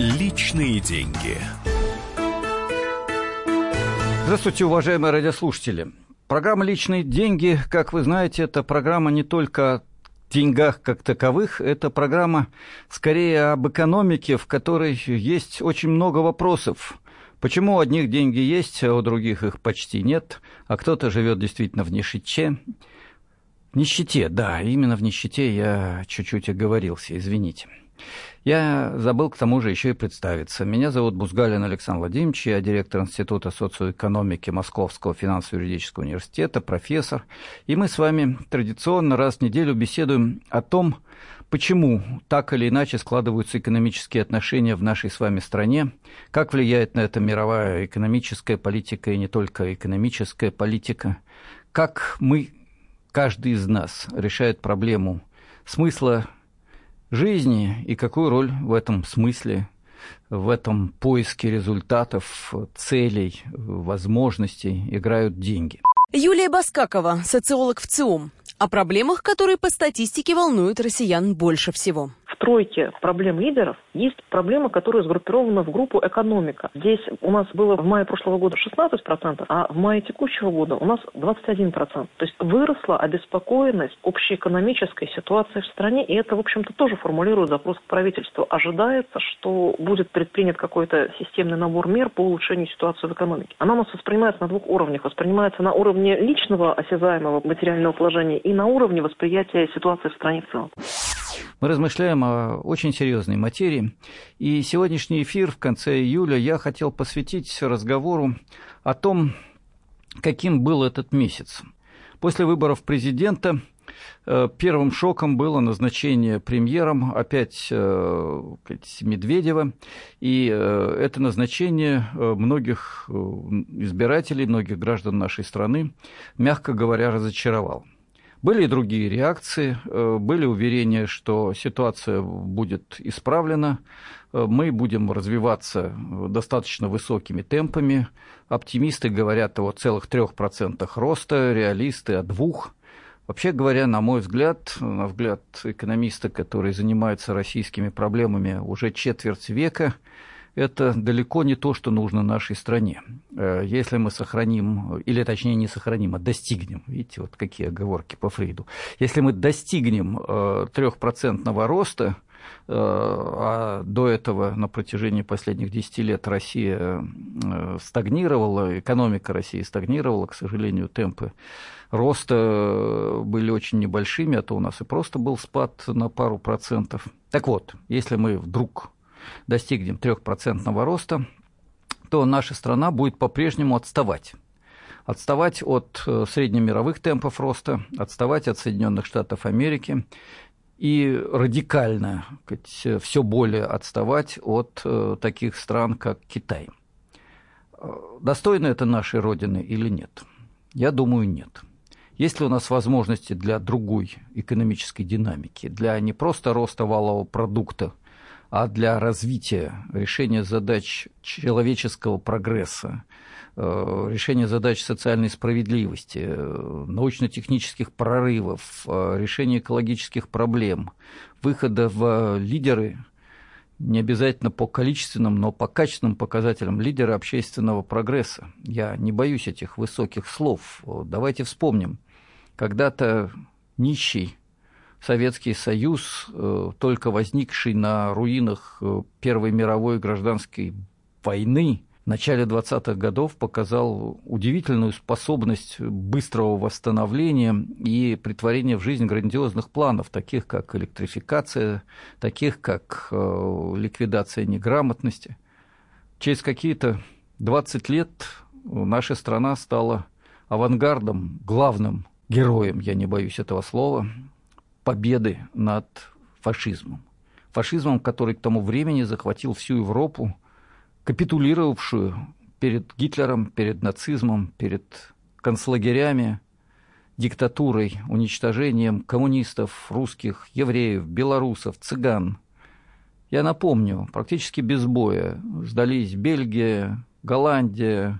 Личные деньги. Здравствуйте, уважаемые радиослушатели. Программа «Личные деньги», как вы знаете, это программа не только о деньгах как таковых, это программа скорее об экономике, в которой есть очень много вопросов. Почему у одних деньги есть, а у других их почти нет, а кто-то живет действительно в нищете. В нищете, да, именно в нищете я чуть-чуть оговорился, извините. Я забыл к тому же еще и представиться. Меня зовут Бузгалин Александр Владимирович, я директор Института социоэкономики Московского финансово-юридического университета, профессор. И мы с вами традиционно раз в неделю беседуем о том, почему так или иначе складываются экономические отношения в нашей с вами стране, как влияет на это мировая экономическая политика и не только экономическая политика, как мы, каждый из нас, решает проблему смысла жизни и какую роль в этом смысле, в этом поиске результатов, целей, возможностей играют деньги. Юлия Баскакова, социолог в ЦИОМ, о проблемах, которые по статистике волнуют россиян больше всего. В тройке проблем лидеров есть проблема, которая сгруппирована в группу экономика. Здесь у нас было в мае прошлого года 16%, а в мае текущего года у нас 21%. То есть выросла обеспокоенность общеэкономической ситуацией в стране, и это, в общем-то, тоже формулирует запрос к правительству. Ожидается, что будет предпринят какой-то системный набор мер по улучшению ситуации в экономике. Она у нас воспринимается на двух уровнях. Воспринимается на уровне личного осязаемого материального положения и на уровне восприятия ситуации в стране в целом. Мы размышляем о очень серьезной материи, и сегодняшний эфир в конце июля я хотел посвятить разговору о том, каким был этот месяц. После выборов президента первым шоком было назначение премьером опять Медведева, и это назначение многих избирателей, многих граждан нашей страны, мягко говоря, разочаровало. Были и другие реакции, были уверения, что ситуация будет исправлена, мы будем развиваться достаточно высокими темпами. Оптимисты говорят о целых 3% роста, реалисты о 2%. Вообще говоря, на мой взгляд, на взгляд экономиста, который занимается российскими проблемами уже четверть века, это далеко не то, что нужно нашей стране. Если мы сохраним, или точнее не сохраним, а достигнем, видите, вот какие оговорки по Фрейду, если мы достигнем 3% роста, а до этого на протяжении последних 10 лет Россия стагнировала, экономика России стагнировала, к сожалению, темпы роста были очень небольшими, а то у нас и просто был спад на пару процентов. Так вот, если мы вдруг достигнем 3% роста, то наша страна будет по-прежнему отставать. Отставать от среднемировых темпов роста, отставать от Соединенных Штатов Америки и радикально все более отставать от таких стран, как Китай. Достойно это нашей Родины или нет? Я думаю, нет. Есть ли у нас возможности для другой экономической динамики, для не просто роста валового продукта, а для развития, решения задач человеческого прогресса, решения задач социальной справедливости, научно-технических прорывов, решения экологических проблем, выхода в лидеры, не обязательно по количественным, но по качественным показателям, лидеры общественного прогресса. Я не боюсь этих высоких слов. Давайте вспомним, когда-то нищий Советский Союз, только возникший на руинах Первой мировой гражданской войны, в начале 20-х годов показал удивительную способность быстрого восстановления и претворения в жизнь грандиозных планов, таких как электрификация, таких как ликвидация неграмотности. Через какие-то 20 лет наша страна стала авангардом, главным героем, я не боюсь этого слова, победы над фашизмом. Фашизмом, который к тому времени захватил всю Европу, капитулировавшую перед Гитлером, перед нацизмом, перед концлагерями, диктатурой, уничтожением коммунистов, русских, евреев, белорусов, цыган. Я напомню, практически без боя сдались Бельгия, Голландия,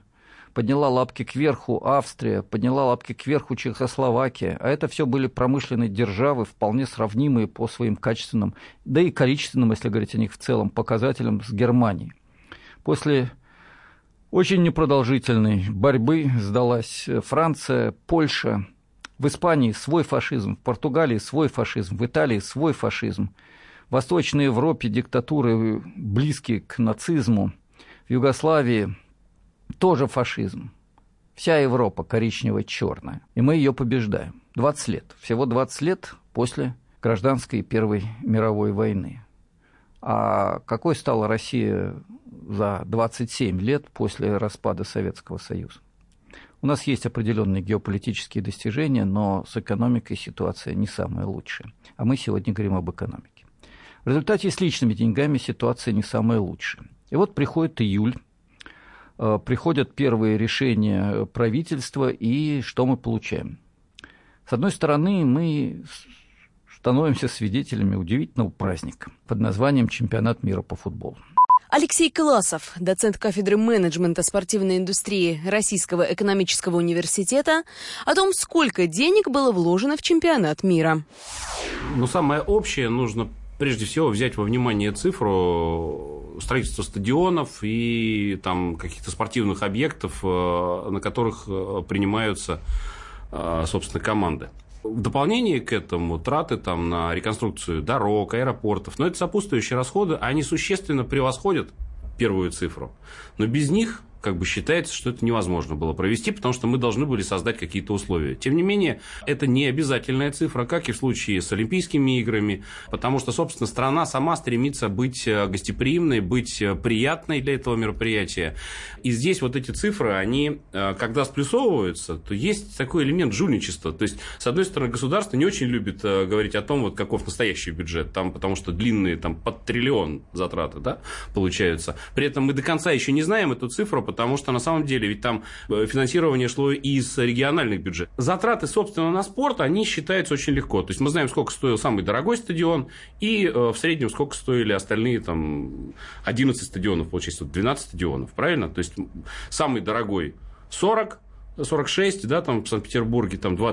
подняла лапки кверху Австрия, подняла лапки кверху Чехословакия. А это все были промышленные державы, вполне сравнимые по своим качественным, да и количественным, если говорить о них в целом, показателям с Германией. После очень непродолжительной борьбы сдалась Франция, Польша. В Испании свой фашизм, в Португалии свой фашизм, в Италии свой фашизм. В Восточной Европе диктатуры близкие к нацизму. В Югославии тоже фашизм. Вся Европа коричнево-черная. И мы ее побеждаем. 20 лет. Всего 20 лет после гражданской Первой мировой войны. А какой стала Россия за 27 лет после распада Советского Союза? У нас есть определенные геополитические достижения, но с экономикой ситуация не самая лучшая. А мы сегодня говорим об экономике. В результате с личными деньгами ситуация не самая лучшая. И вот приходит июль, приходят первые решения правительства, и что мы получаем? С одной стороны, мы становимся свидетелями удивительного праздника под названием «Чемпионат мира по футболу». Алексей Класов, доцент кафедры менеджмента спортивной индустрии Российского экономического университета, о том, сколько денег было вложено в чемпионат мира. Самое общее нужно прежде всего взять во внимание цифру строительства стадионов и там каких-то спортивных объектов, на которых принимаются, собственно, команды. В дополнение к этому траты там, на реконструкцию дорог, аэропортов, но это сопутствующие расходы, они существенно превосходят первую цифру. Но без них считается, что это невозможно было провести, потому что мы должны были создать какие-то условия. Тем не менее, это не обязательная цифра, как и в случае с Олимпийскими играми, потому что, собственно, страна сама стремится быть гостеприимной, быть приятной для этого мероприятия. И здесь вот эти цифры, они, когда сплюсовываются, то есть такой элемент жульничества. То есть, с одной стороны, государство не очень любит говорить о том, каков настоящий бюджет, потому что длинные, под триллион затраты, получаются. При этом мы до конца еще не знаем эту цифру, потому что на самом деле ведь там финансирование шло из региональных бюджетов. Затраты, собственно, на спорт, они считаются очень легко. То есть мы знаем, сколько стоил самый дорогой стадион, и в среднем сколько стоили остальные 11 стадионов, получается, 12 стадионов, правильно? То есть самый дорогой 40, 46, там в Санкт-Петербурге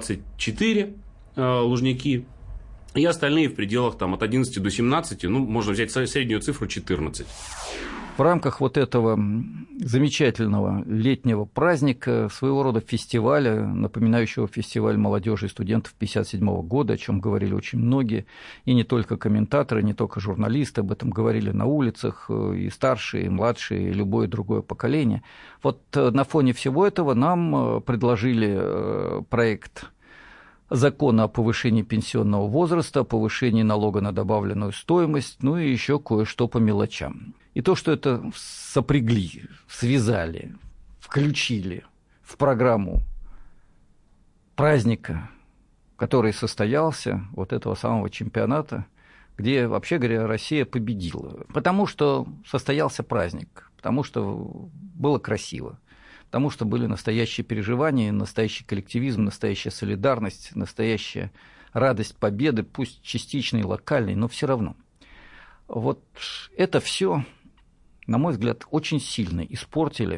24 Лужники, и остальные в пределах от 11 до 17, можно взять среднюю цифру 14. В рамках вот этого замечательного летнего праздника, своего рода фестиваля, напоминающего фестиваль молодежи и студентов 1957 года, о чем говорили очень многие, и не только комментаторы, не только журналисты, об этом говорили на улицах, и старшие, и младшие, и любое другое поколение. Вот на фоне всего этого нам предложили проект закона о повышении пенсионного возраста, о повышении налога на добавленную стоимость, и еще кое-что по мелочам. И то, что это сопрягли, связали, включили в программу праздника, который состоялся, вот этого самого чемпионата, где, вообще говоря, Россия победила. Потому что состоялся праздник, потому что было красиво, потому что были настоящие переживания, настоящий коллективизм, настоящая солидарность, настоящая радость победы, пусть частичной, локальной, но все равно. Вот это все, на мой взгляд, очень сильно испортили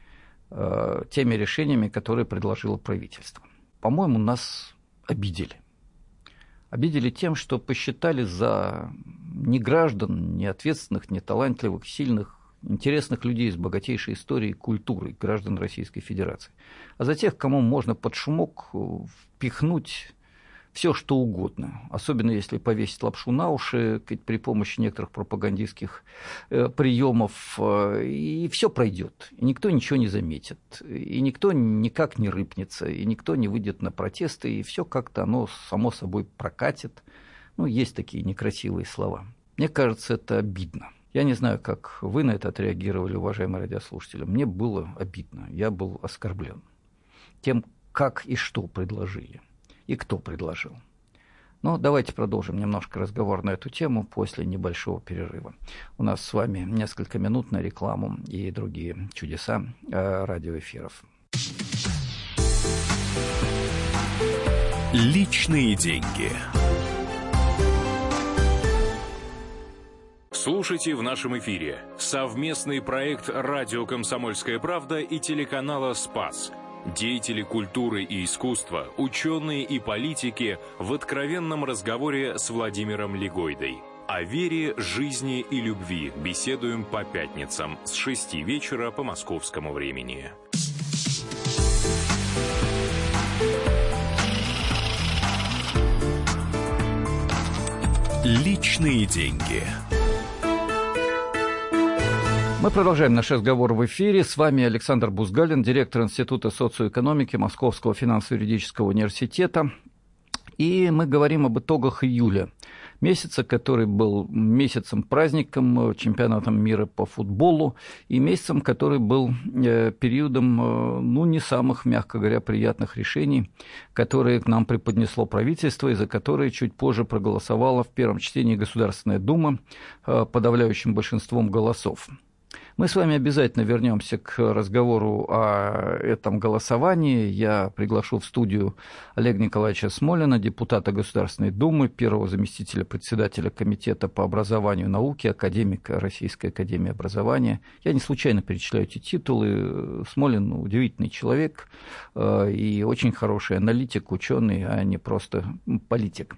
теми решениями, которые предложило правительство. По-моему, нас обидели. Обидели тем, что посчитали за неграждан, неответственных, неталантливых, сильных, интересных людей с богатейшей историей и культурой граждан Российской Федерации. А за тех, кому можно под шумок впихнуть все, что угодно, особенно если повесить лапшу на уши при помощи некоторых пропагандистских приемов, и все пройдет, и никто ничего не заметит, и никто никак не рыпнется, и никто не выйдет на протесты, и все как-то оно само собой прокатит. Есть такие некрасивые слова. Мне кажется, это обидно. Я не знаю, как вы на это отреагировали, уважаемые радиослушатели. Мне было обидно, я был оскорблен тем, как и что предложили. И кто предложил. Но давайте продолжим немножко разговор на эту тему после небольшого перерыва. У нас с вами несколько минут на рекламу и другие чудеса радиоэфиров. Личные деньги. Слушайте в нашем эфире совместный проект «Радио Комсомольская правда» и телеканала «Спас». Деятели культуры и искусства, ученые и политики в откровенном разговоре с Владимиром Легойдой. О вере, жизни и любви беседуем по пятницам с 6 вечера по московскому времени. Личные деньги. Мы продолжаем наш разговор в эфире. С вами Александр Бузгалин, директор Института социоэкономики Московского финансово-юридического университета. И мы говорим об итогах июля, месяца, который был месяцем-праздником, чемпионатом мира по футболу, и месяцем, который был периодом, не самых, мягко говоря, приятных решений, которые к нам преподнесло правительство, и за которые чуть позже проголосовала в первом чтении Государственная Дума подавляющим большинством голосов. Мы с вами обязательно вернемся к разговору о этом голосовании. Я приглашу в студию Олега Николаевича Смолина, депутата Государственной Думы, первого заместителя председателя Комитета по образованию и науке, академика Российской академии образования. Я не случайно перечисляю эти титулы. Смолин удивительный человек и очень хороший аналитик, ученый, а не просто политик.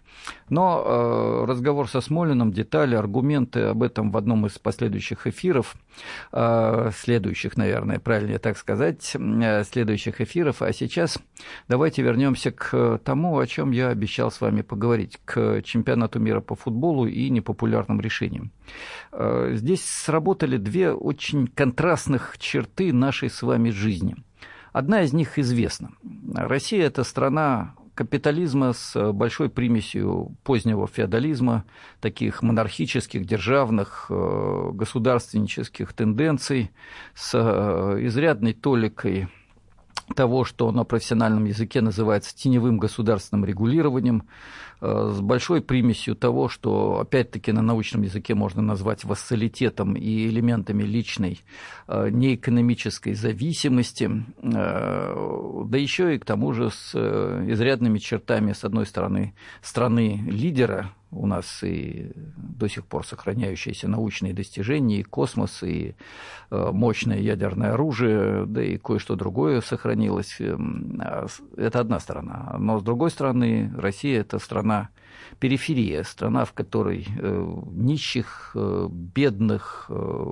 Но разговор со Смолиным, детали, аргументы об этом в одном из последующих эфиров, следующих, наверное, правильнее так сказать, следующих эфиров. А сейчас давайте вернемся к тому, о чем я обещал с вами поговорить, к чемпионату мира по футболу и непопулярным решениям. Здесь сработали две очень контрастных черты нашей с вами жизни. Одна из них известна. Россия – это страна капитализма с большой примесью позднего феодализма, таких монархических, державных, государственнических тенденций, с изрядной толикой того, что на профессиональном языке называется теневым государственным регулированием, с большой примесью того, что, опять-таки, на научном языке можно назвать вассалитетом и элементами личной неэкономической зависимости, да еще и к тому же с изрядными чертами, с одной стороны, страны лидера, у нас и до сих пор сохраняющиеся научные достижения, и космос, и мощное ядерное оружие, да и кое-что другое сохранилось. Это одна сторона. Но, с другой стороны, Россия – это страна периферия, страна, в которой нищих, бедных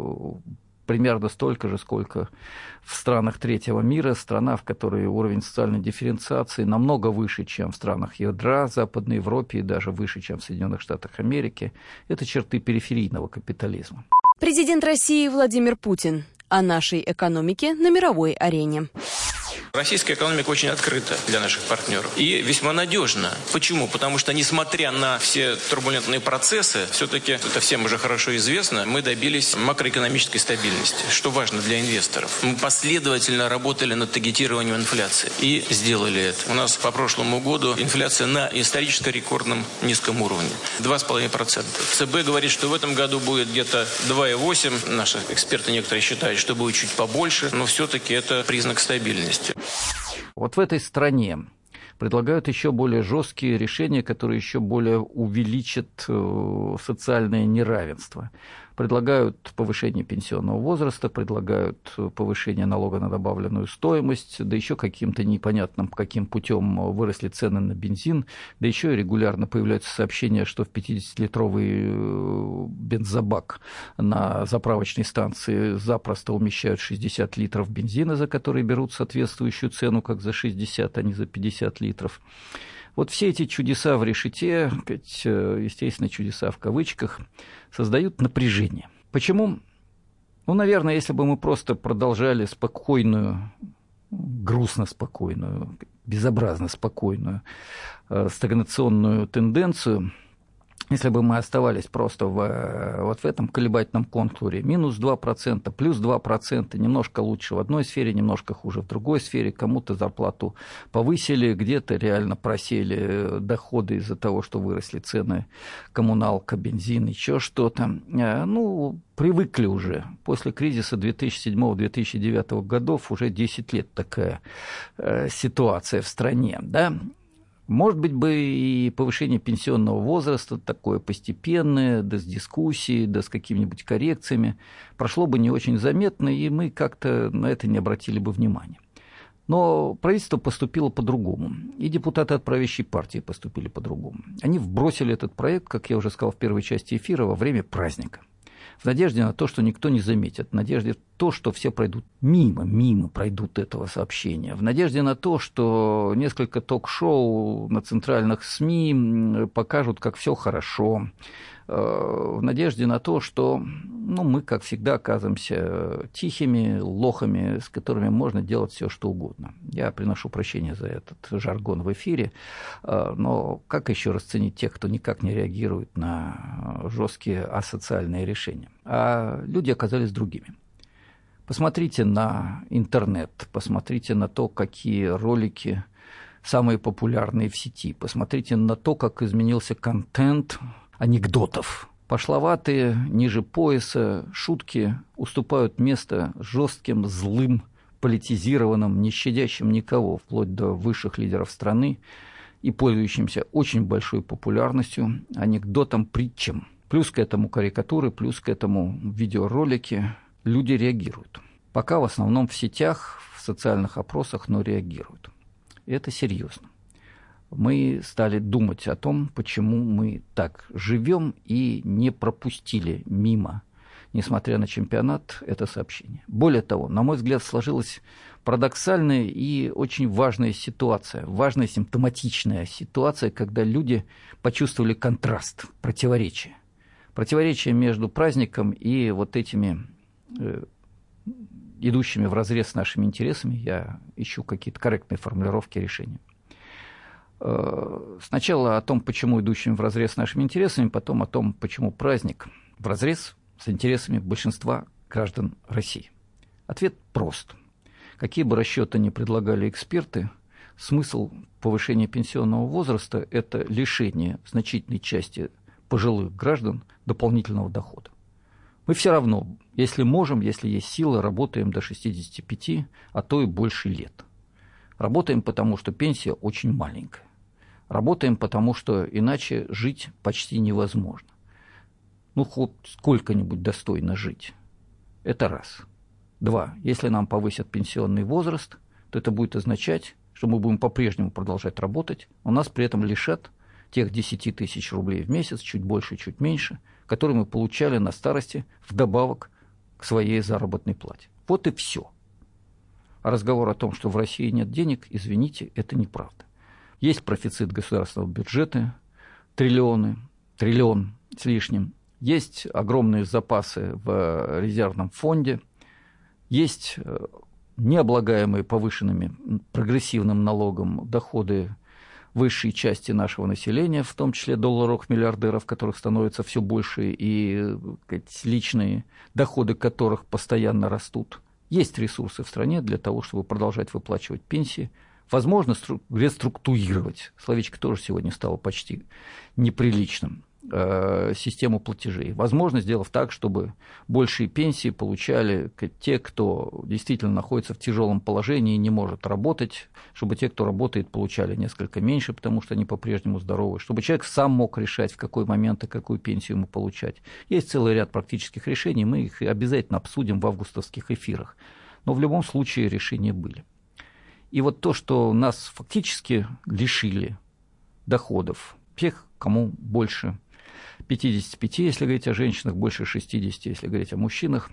примерно столько же, сколько в странах третьего мира, страна, в которой уровень социальной дифференциации намного выше, чем в странах ядра Западной Европе, и даже выше, чем в Соединенных Штатах Америки. Это черты периферийного капитализма. Президент России Владимир Путин о нашей экономике на мировой арене. Российская экономика очень открыта для наших партнеров и весьма надежна. Почему? Потому что, несмотря на все турбулентные процессы, все-таки, это всем уже хорошо известно, мы добились макроэкономической стабильности, что важно для инвесторов. Мы последовательно работали над таргетированием инфляции и сделали это. У нас по прошлому году инфляция на исторически рекордном низком уровне. 2,5%. ЦБ говорит, что в этом году будет где-то 2,8%. Наши эксперты некоторые считают, что будет чуть побольше, но все-таки это признак стабильности. Вот в этой стране предлагают еще более жесткие решения, которые еще более увеличат социальное неравенство. Предлагают повышение пенсионного возраста, предлагают повышение налога на добавленную стоимость, да еще каким-то непонятным каким путем выросли цены на бензин, да еще и регулярно появляются сообщения, что в 50-литровый бензобак на заправочной станции запросто умещают 60 литров бензина, за которые берут соответствующую цену, как за 60, а не за 50 литров. Вот все эти чудеса в решете, естественно, чудеса в кавычках, создают напряжение. Почему? Наверное, если бы мы просто продолжали спокойную, грустно спокойную, безобразно спокойную стагнационную тенденцию, если бы мы оставались просто вот в этом колебательном контуре, минус 2%, плюс 2%, немножко лучше в одной сфере, немножко хуже в другой сфере, кому-то зарплату повысили, где-то реально просели доходы из-за того, что выросли цены, коммуналка, бензин, еще что-то. Привыкли уже. После кризиса 2007-2009 годов уже 10 лет такая ситуация в стране, да? Может быть, бы и повышение пенсионного возраста, такое постепенное, да с дискуссией, да с какими-нибудь коррекциями, прошло бы не очень заметно, и мы как-то на это не обратили бы внимания. Но правительство поступило по-другому, и депутаты от правящей партии поступили по-другому. Они вбросили этот проект, как я уже сказал в первой части эфира, во время праздника. В надежде на то, что никто не заметит, в надежде на то, что все пройдут мимо пройдут этого сообщения, в надежде на то, что несколько ток-шоу на центральных СМИ покажут, как все хорошо, в надежде на то, что мы, как всегда, оказываемся тихими лохами, с которыми можно делать все, что угодно. Я приношу прощение за этот жаргон в эфире, но как еще расценить тех, кто никак не реагирует на жесткие асоциальные решения? А люди оказались другими. Посмотрите на интернет, посмотрите на то, какие ролики самые популярные в сети, посмотрите на то, как изменился контент анекдотов. Пошловатые, ниже пояса шутки уступают место жестким, злым, политизированным, не щадящим никого, вплоть до высших лидеров страны и пользующимся очень большой популярностью анекдотам, притчам. Плюс к этому карикатуры, плюс к этому видеоролики. Люди реагируют. Пока в основном в сетях, в социальных опросах, но реагируют. И это серьезно. Мы стали думать о том, почему мы так живем, и не пропустили мимо, несмотря на чемпионат, это сообщение. Более того, на мой взгляд, сложилась парадоксальная и очень важная ситуация, важная симптоматичная ситуация, когда люди почувствовали контраст, противоречие. Противоречие между праздником и вот этими идущими вразрез с нашими интересами. Я ищу какие-то корректные формулировки решения. Сначала о том, почему идущим вразрез с нашими интересами, потом о том, почему праздник вразрез с интересами большинства граждан России. Ответ прост. Какие бы расчеты ни предлагали эксперты, смысл повышения пенсионного возраста – это лишение значительной части пожилых граждан дополнительного дохода. Мы все равно, если можем, если есть силы, работаем до 65, а то и больше лет. Работаем, потому что пенсия очень маленькая. Работаем, потому что иначе жить почти невозможно. Хоть сколько-нибудь достойно жить. Это раз. Два. Если нам повысят пенсионный возраст, то это будет означать, что мы будем по-прежнему продолжать работать, но нас при этом лишат тех 10 тысяч рублей в месяц, чуть больше, чуть меньше, которые мы получали на старости вдобавок к своей заработной плате. Вот и все. А разговор о том, что в России нет денег, извините, это неправда. Есть профицит государственного бюджета, триллион с лишним. Есть огромные запасы в резервном фонде. Есть необлагаемые повышенными прогрессивным налогом доходы высшей части нашего населения, в том числе долларовых миллиардеров, которых становится все больше, и личные доходы которых постоянно растут. Есть ресурсы в стране для того, чтобы продолжать выплачивать пенсии. Возможно, реструктурировать, словечко тоже сегодня стало почти неприличным, систему платежей. Возможно, сделав так, чтобы большие пенсии получали те, кто действительно находится в тяжелом положении и не может работать, чтобы те, кто работает, получали несколько меньше, потому что они по-прежнему здоровы, чтобы человек сам мог решать, в какой момент и какую пенсию ему получать. Есть целый ряд практических решений, мы их обязательно обсудим в августовских эфирах. Но в любом случае решения были. И вот то, что нас фактически лишили доходов, тех, кому больше 55, если говорить о женщинах, больше 60, если говорить о мужчинах,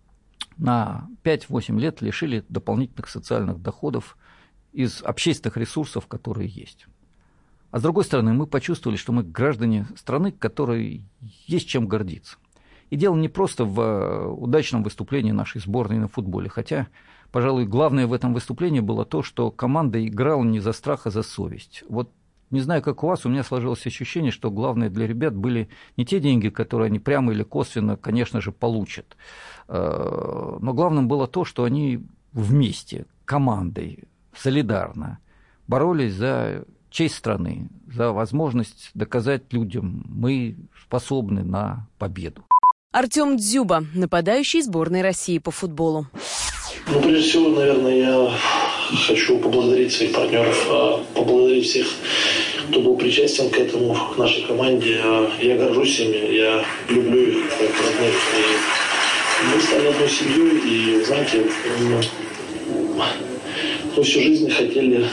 на 5-8 лет лишили дополнительных социальных доходов из общественных ресурсов, которые есть. А с другой стороны, мы почувствовали, что мы граждане страны, которой есть чем гордиться. И дело не просто в удачном выступлении нашей сборной на футболе, хотя, пожалуй, главное в этом выступлении было то, что команда играла не за страх, а за совесть. Вот не знаю, как у вас, у меня сложилось ощущение, что главное для ребят были не те деньги, которые они прямо или косвенно, конечно же, получат. Но главным было то, что они вместе, командой, солидарно боролись за честь страны, за возможность доказать людям, мы способны на победу. Артем Дзюба, нападающий сборной России по футболу. Прежде всего, наверное, я хочу поблагодарить своих партнеров, поблагодарить всех кто был причастен к этому, к нашей команде. Я горжусь ими, я люблю их как родных. И мы стали одной семьей, и, знаете, мы всю жизнь хотели...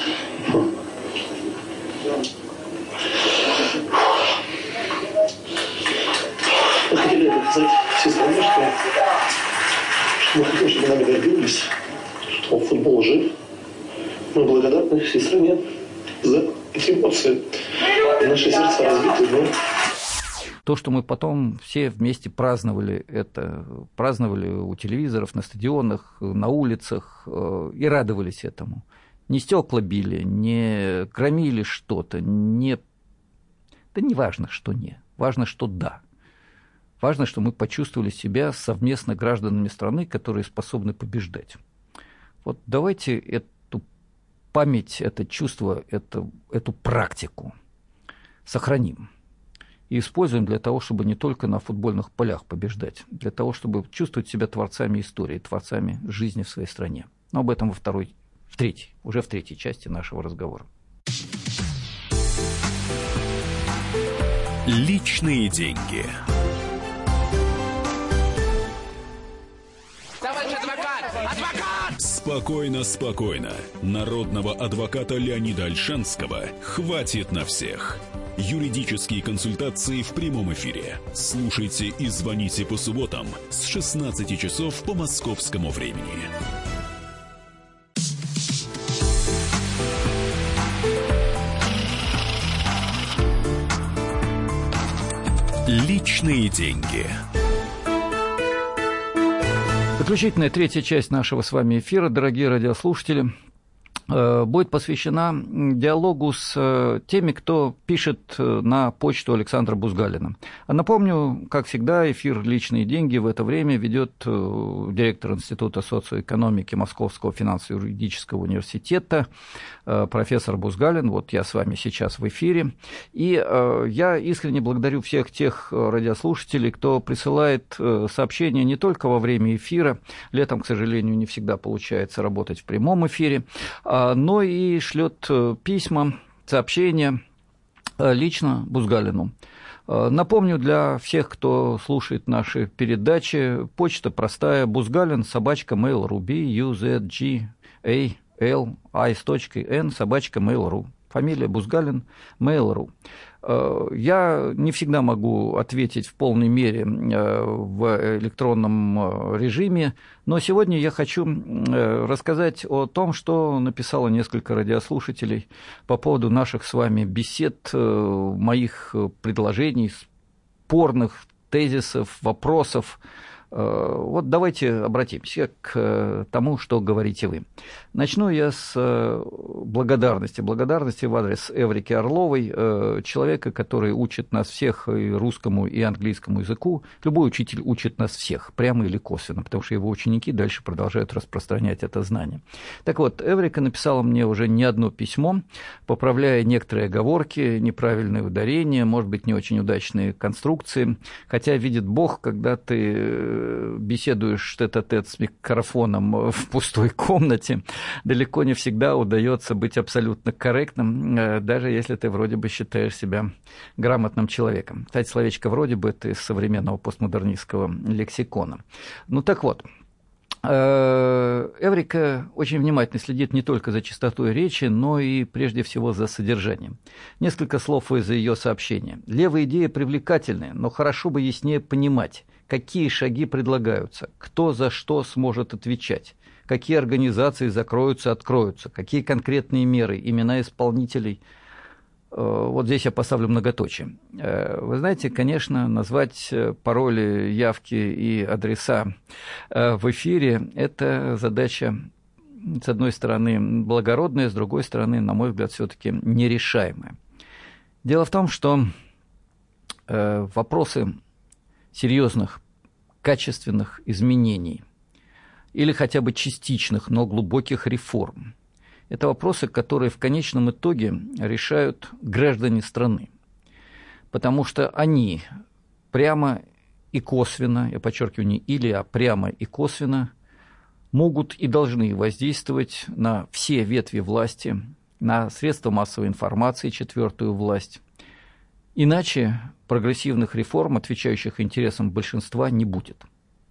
Мы хотели доказать всей стране, что мы хотим, чтобы нами гордились, что футбол жив. Мы благодарны всей стране за эти эмоции. Наши сердца разбиты, но... То, что мы потом все вместе праздновали это, праздновали у телевизоров, на стадионах, на улицах и радовались этому. Не стекла били, не громили что-то, не... Да не важно, что не, важно, что да. Важно, что мы почувствовали себя совместно гражданами страны, которые способны побеждать. Вот давайте эту память, это чувство, эту практику сохраним и используем для того, чтобы не только на футбольных полях побеждать, для того, чтобы чувствовать себя творцами истории, творцами жизни в своей стране. Но об этом уже в третьей части нашего разговора. Личные деньги. Спокойно, спокойно. Народного адвоката Леонида Ольшанского хватит на всех. Юридические консультации в прямом эфире. Слушайте и звоните по субботам с 16 часов по московскому времени. Личные деньги. Заключительная третья часть нашего с вами эфира, дорогие радиослушатели, будет посвящена диалогу с теми, кто пишет на почту Александра Бузгалина. А напомню, как всегда, эфир «Личные деньги» в это время ведет директор Института социоэкономики Московского финансово-юридического университета, профессор Бузгалин. Вот я с вами сейчас в эфире. И я искренне благодарю всех тех радиослушателей, кто присылает сообщения не только во время эфира. Летом, к сожалению, не всегда получается работать в прямом эфире, но и шлет письма, сообщения лично Бузгалину. Напомню для всех, кто слушает наши передачи, почта простая: buzgalin@mail.ru, buzgalin@mail.ru. Фамилия Бузгалин, Mail.ru. Я не всегда могу ответить в полной мере в электронном режиме, но сегодня я хочу рассказать о том, что написало несколько радиослушателей по поводу наших с вами бесед, моих предложений, спорных тезисов, вопросов. Вот давайте обратимся к тому, что говорите вы. Начну я с благодарности в адрес Эврики Орловой, человека, который учит нас всех и русскому, и английскому языку. Любой учитель учит нас всех, прямо или косвенно, потому что его ученики дальше продолжают распространять это знание. Так вот, Эврика написала мне уже не одно письмо, поправляя некоторые оговорки, неправильные ударения, может быть, не очень удачные конструкции, хотя видит Бог, когда ты беседуешь тет-а-тет с микрофоном в пустой комнате, далеко не всегда удается быть абсолютно корректным, даже если ты вроде бы считаешь себя грамотным человеком. Кстати, словечко «вроде бы» — это из современного постмодернистского лексикона. Ну так вот, Эврика очень внимательно следит не только за чистотой речи, но и прежде всего за содержанием. Несколько слов из ее сообщения. Левые идеи привлекательны, но хорошо бы яснее понимать, какие шаги предлагаются, кто за что сможет отвечать, какие организации закроются, откроются, какие конкретные меры, имена исполнителей. Вот здесь я поставлю многоточие. Вы знаете, конечно, назвать пароли, явки и адреса в эфире – это задача, с одной стороны, благородная, с другой стороны, на мой взгляд, все-таки нерешаемая. Дело в том, что вопросы серьезных, качественных изменений или хотя бы частичных, но глубоких реформ – это вопросы, которые в конечном итоге решают граждане страны, потому что они прямо и косвенно, я подчеркиваю, не или, а прямо и косвенно могут и должны воздействовать на все ветви власти на средства массовой информации, четвертую власть. Иначе прогрессивных реформ, отвечающих интересам большинства, не будет.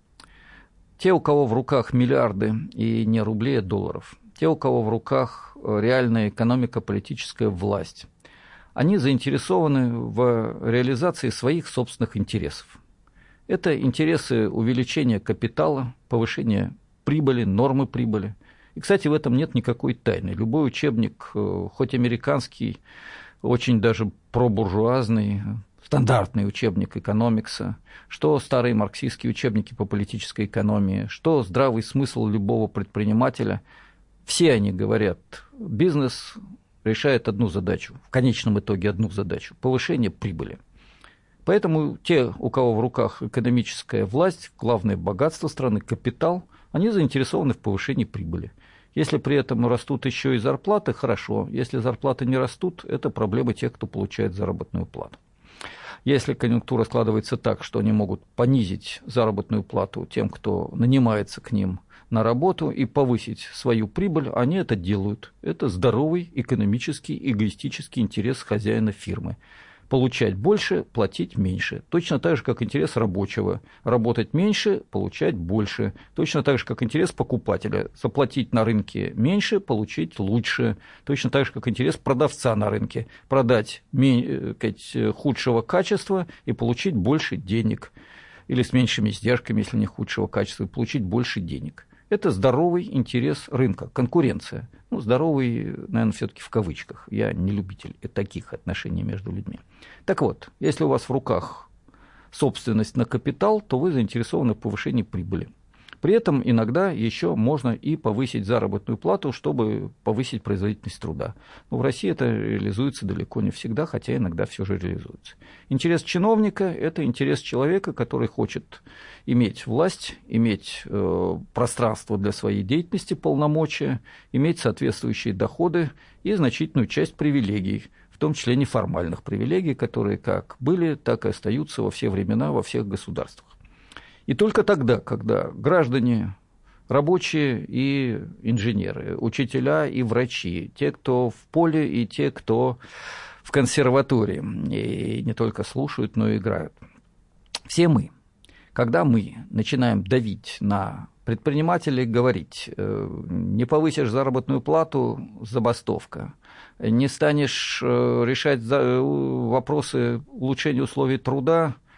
Те, у кого в руках миллиарды и не рублей, а долларов, те, у кого в руках реальная экономико-политическая власть, они заинтересованы в реализации своих собственных интересов. Это интересы увеличения капитала, повышения прибыли, нормы прибыли. И, кстати, в этом нет никакой тайны. Любой учебник, хоть американский, очень даже пробуржуазный, стандартный учебник экономикса, что старые марксистские учебники по политической экономии, что здравый смысл любого предпринимателя, все они говорят, бизнес решает одну задачу, в конечном итоге одну задачу – повышение прибыли. Поэтому те, у кого в руках экономическая власть, главное богатство страны, капитал, они заинтересованы в повышении прибыли. Если при этом растут еще и зарплаты, хорошо. Если зарплаты не растут, это проблема тех, кто получает заработную плату. Если конъюнктура складывается так, что они могут понизить заработную плату тем, кто нанимается к ним на работу, и повысить свою прибыль, они это делают. Это здоровый экономический, эгоистический интерес хозяина фирмы. Получать больше, платить меньше. Точно так же, как интерес рабочего. Работать меньше, получать больше. Точно так же, как интерес покупателя. Заплатить на рынке меньше, получить лучше. Точно так же, как интерес продавца на рынке. Продать худшего качества и получить больше денег. Или с меньшими издержками, если не худшего качества, и получить больше денег. Это здоровый интерес рынка, конкуренция. Ну, здоровый, наверное, все-таки в кавычках. Я не любитель таких отношений между людьми. Так вот, если у вас в руках собственность на капитал, то вы заинтересованы в повышении прибыли. При этом иногда еще можно и повысить заработную плату, чтобы повысить производительность труда. Но в России это реализуется далеко не всегда, хотя иногда все же реализуется. Интерес чиновника – это интерес человека, который хочет иметь власть, иметь пространство для своей деятельности, полномочия, иметь соответствующие доходы и значительную часть привилегий, в том числе неформальных привилегий, которые как были, так и остаются во все времена, во всех государствах. И только тогда, когда граждане, рабочие и инженеры, учителя и врачи, те, кто в поле, и те, кто в консерватории, и не только слушают, но и играют, все мы, когда мы начинаем давить на предпринимателей, говорить, не повысишь заработную плату – забастовка, не станешь решать вопросы улучшения условий труда –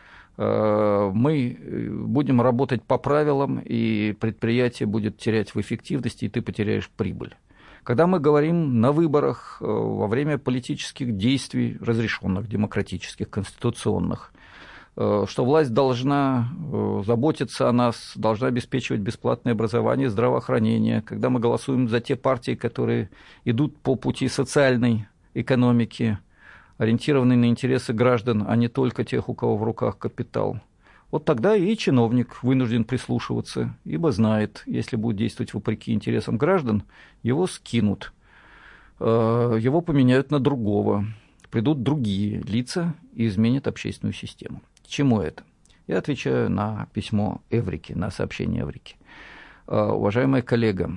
мы будем работать по правилам, и предприятие будет терять в эффективности, и ты потеряешь прибыль. Когда мы говорим на выборах, во время политических действий, разрешенных, демократических, конституционных, что власть должна заботиться о нас, должна обеспечивать бесплатное образование, здравоохранение, когда мы голосуем за те партии, которые идут по пути социальной экономики, ориентированный на интересы граждан, а не только тех, у кого в руках капитал, вот тогда и чиновник вынужден прислушиваться, ибо знает, если будет действовать вопреки интересам граждан, его скинут, его поменяют на другого, придут другие лица и изменят общественную систему. К чему это? Я отвечаю на письмо Эврики, на сообщение Эврики. Уважаемая коллега,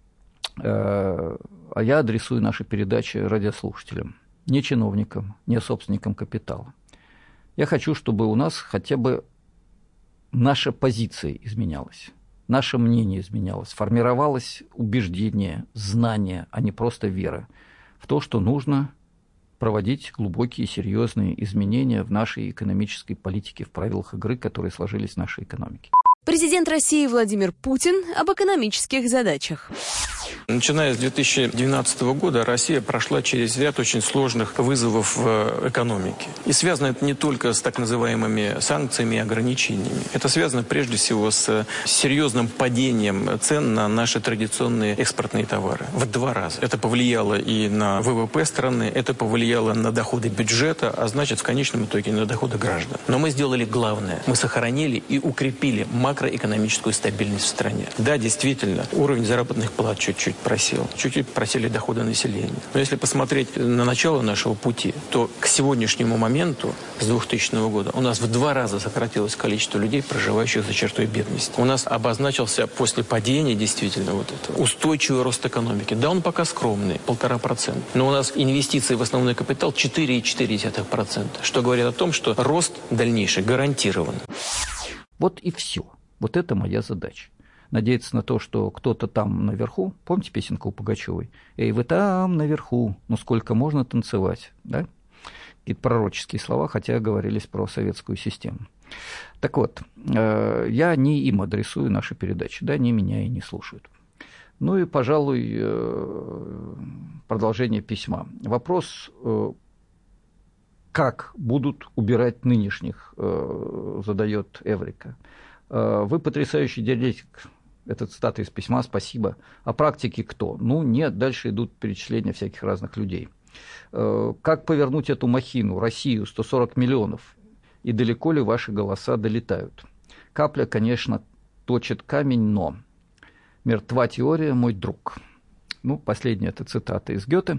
а я адресую наши передачи радиослушателям, не чиновникам, не собственникам капитала. Я хочу, чтобы у нас хотя бы наша позиция изменялась, наше мнение изменялось, формировалось убеждение, знание, а не просто вера в то, что нужно проводить глубокие, серьезные изменения в нашей экономической политике, в правилах игры, которые сложились в нашей экономике. Президент России Владимир Путин об экономических задачах. Начиная с 2012 года Россия прошла через ряд очень сложных вызовов в экономике. И связано это не только с так называемыми санкциями и ограничениями. Это связано прежде всего с серьезным падением цен на наши традиционные экспортные товары. В 2 раза. Это повлияло и на ВВП страны, это повлияло на доходы бюджета, а значит в конечном итоге на доходы граждан. Но мы сделали главное. Мы сохранили и укрепили макроэкономическую стабильность в стране. Да, действительно, уровень заработных плат чуть-чуть чуть-чуть просел. Чуть-чуть просели доходы населения. Но если посмотреть на начало нашего пути, то к сегодняшнему моменту, с 2000 года, у нас в 2 раза сократилось количество людей, проживающих за чертой бедности. У нас обозначился после падения действительно вот этого устойчивый рост экономики. Да, он пока скромный, 1,5%. Но у нас инвестиции в основной капитал 4,4%, что говорит о том, что рост дальнейший гарантирован. Вот и все. Вот это моя задача. Надеяться на то, что кто-то там наверху, помните песенку у Пугачевой? «Эй, вы там наверху, ну сколько можно танцевать?» Да? Какие-то пророческие слова, хотя говорились про советскую систему. Так вот, я не им адресую наши передачи, да, они меня и не слушают. Ну и, пожалуй, продолжение письма. Вопрос, как будут убирать нынешних, задает Эврика. Вы потрясающий диалектик. Это цитата из письма, спасибо. А практики кто? Ну, нет, дальше идут перечисления всяких разных людей. Как повернуть эту махину, Россию, 140 миллионов? И далеко ли ваши голоса долетают? Капля, конечно, точит камень, но мертва теория, мой друг. Ну, последняя это цитата из Гёте.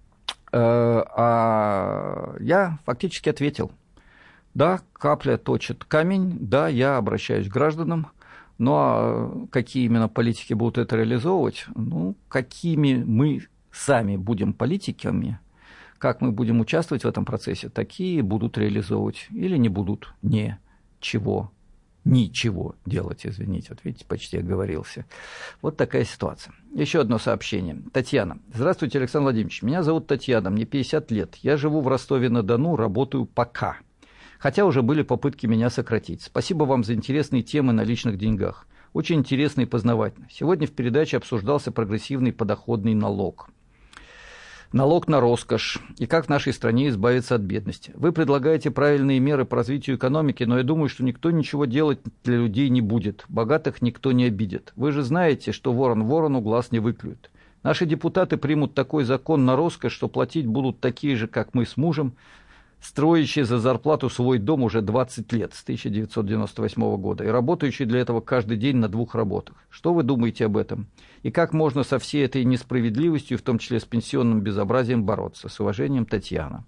А я фактически ответил. Да, капля точит камень, да, я обращаюсь к гражданам. Ну, а какие именно политики будут это реализовывать? Ну, какими мы сами будем политиками, как мы будем участвовать в этом процессе, такие будут реализовывать или не будут ничего делать, извините. Вот видите, почти оговорился. Вот такая ситуация. Еще одно сообщение. Татьяна. Здравствуйте, Александр Владимирович. Меня зовут Татьяна, мне 50 лет. Я живу в Ростове-на-Дону, работаю пока. Хотя уже были попытки меня сократить. Спасибо вам за интересные темы на личных деньгах. Очень интересно и познавательно. Сегодня в передаче обсуждался прогрессивный подоходный налог. Налог на роскошь и как в нашей стране избавиться от бедности. Вы предлагаете правильные меры по развитию экономики, но я думаю, что никто ничего делать для людей не будет. Богатых никто не обидит. Вы же знаете, что ворон ворону глаз не выклюет. Наши депутаты примут такой закон на роскошь, что платить будут такие же, как мы с мужем, строящие за зарплату свой дом уже 20 лет, с 1998 года, и работающие для этого каждый день на 2 работах. Что вы думаете об этом? И как можно со всей этой несправедливостью, в том числе с пенсионным безобразием, бороться? С уважением, Татьяна.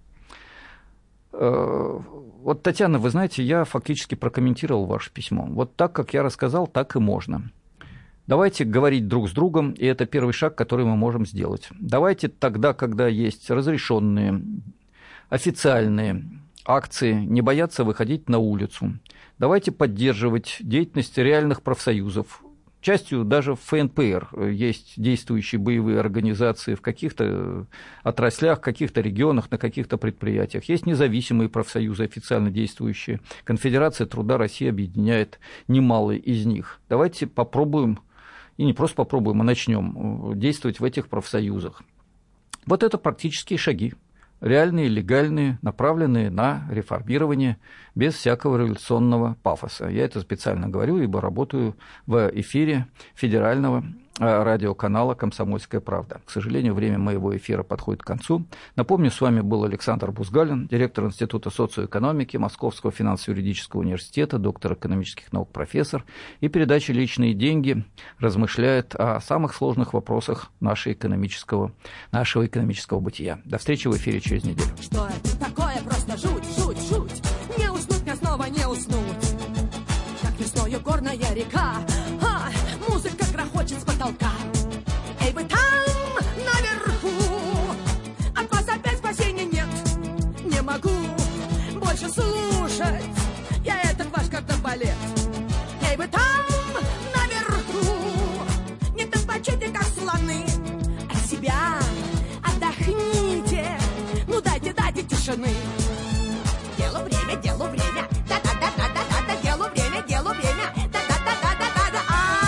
Вот, Татьяна, вы знаете, я фактически прокомментировал ваше письмо. Вот так, как я рассказал, так и можно. Давайте говорить друг с другом, и это первый шаг, который мы можем сделать. Давайте тогда, когда есть разрешенные официальные акции, не бояться выходить на улицу. Давайте поддерживать деятельность реальных профсоюзов. Частью даже в ФНПР есть действующие боевые организации в каких-то отраслях, в каких-то регионах, на каких-то предприятиях. Есть независимые профсоюзы, официально действующие. Конфедерация труда России объединяет немалые из них. Давайте попробуем, и не просто попробуем, а начнем действовать в этих профсоюзах. Вот это практические шаги. Реальные, легальные, направленные на реформирование без всякого революционного пафоса. Я это специально говорю, ибо работаю в эфире федерального радиоканала «Комсомольская правда». К сожалению, время моего эфира подходит к концу. Напомню, с вами был Александр Бузгалин, директор Института социоэкономики Московского финансово-юридического университета, доктор экономических наук, профессор, и передача «Личные деньги» размышляет о самых сложных вопросах нашего экономического бытия. До встречи в эфире через неделю. Что это такое? Просто жуть, жуть, жуть. Не уснуть мне снова, не уснуть. Как весною горная река. Музыка грохочет с потолка. Эй, вы там, наверху, от вас опять спасения нет. Не могу больше слушать я этот ваш кардебалет. Эй, вы там, наверху, не топочите, как слоны. От себя отдохните, ну дайте тишины. Делу время, да-да-да-да-да-да, делу время, да-да-да-да-да-да,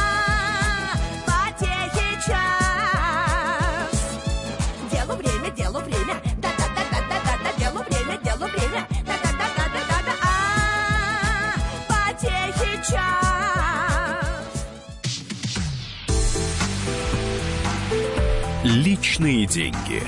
потехи час. Делу время, да-да-да-да-да-да, делу время, да-да-да-да-да-да, потехи час. Личные деньги.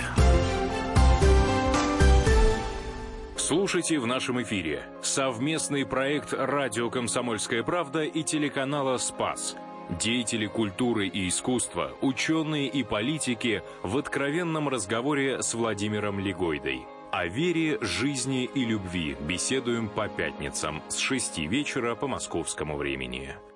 Слушайте в нашем эфире совместный проект «Радио Комсомольская правда» и телеканала «Спас». Деятели культуры и искусства, ученые и политики в откровенном разговоре с Владимиром Легойдой. О вере, жизни и любви беседуем по пятницам с 6 вечера по московскому времени.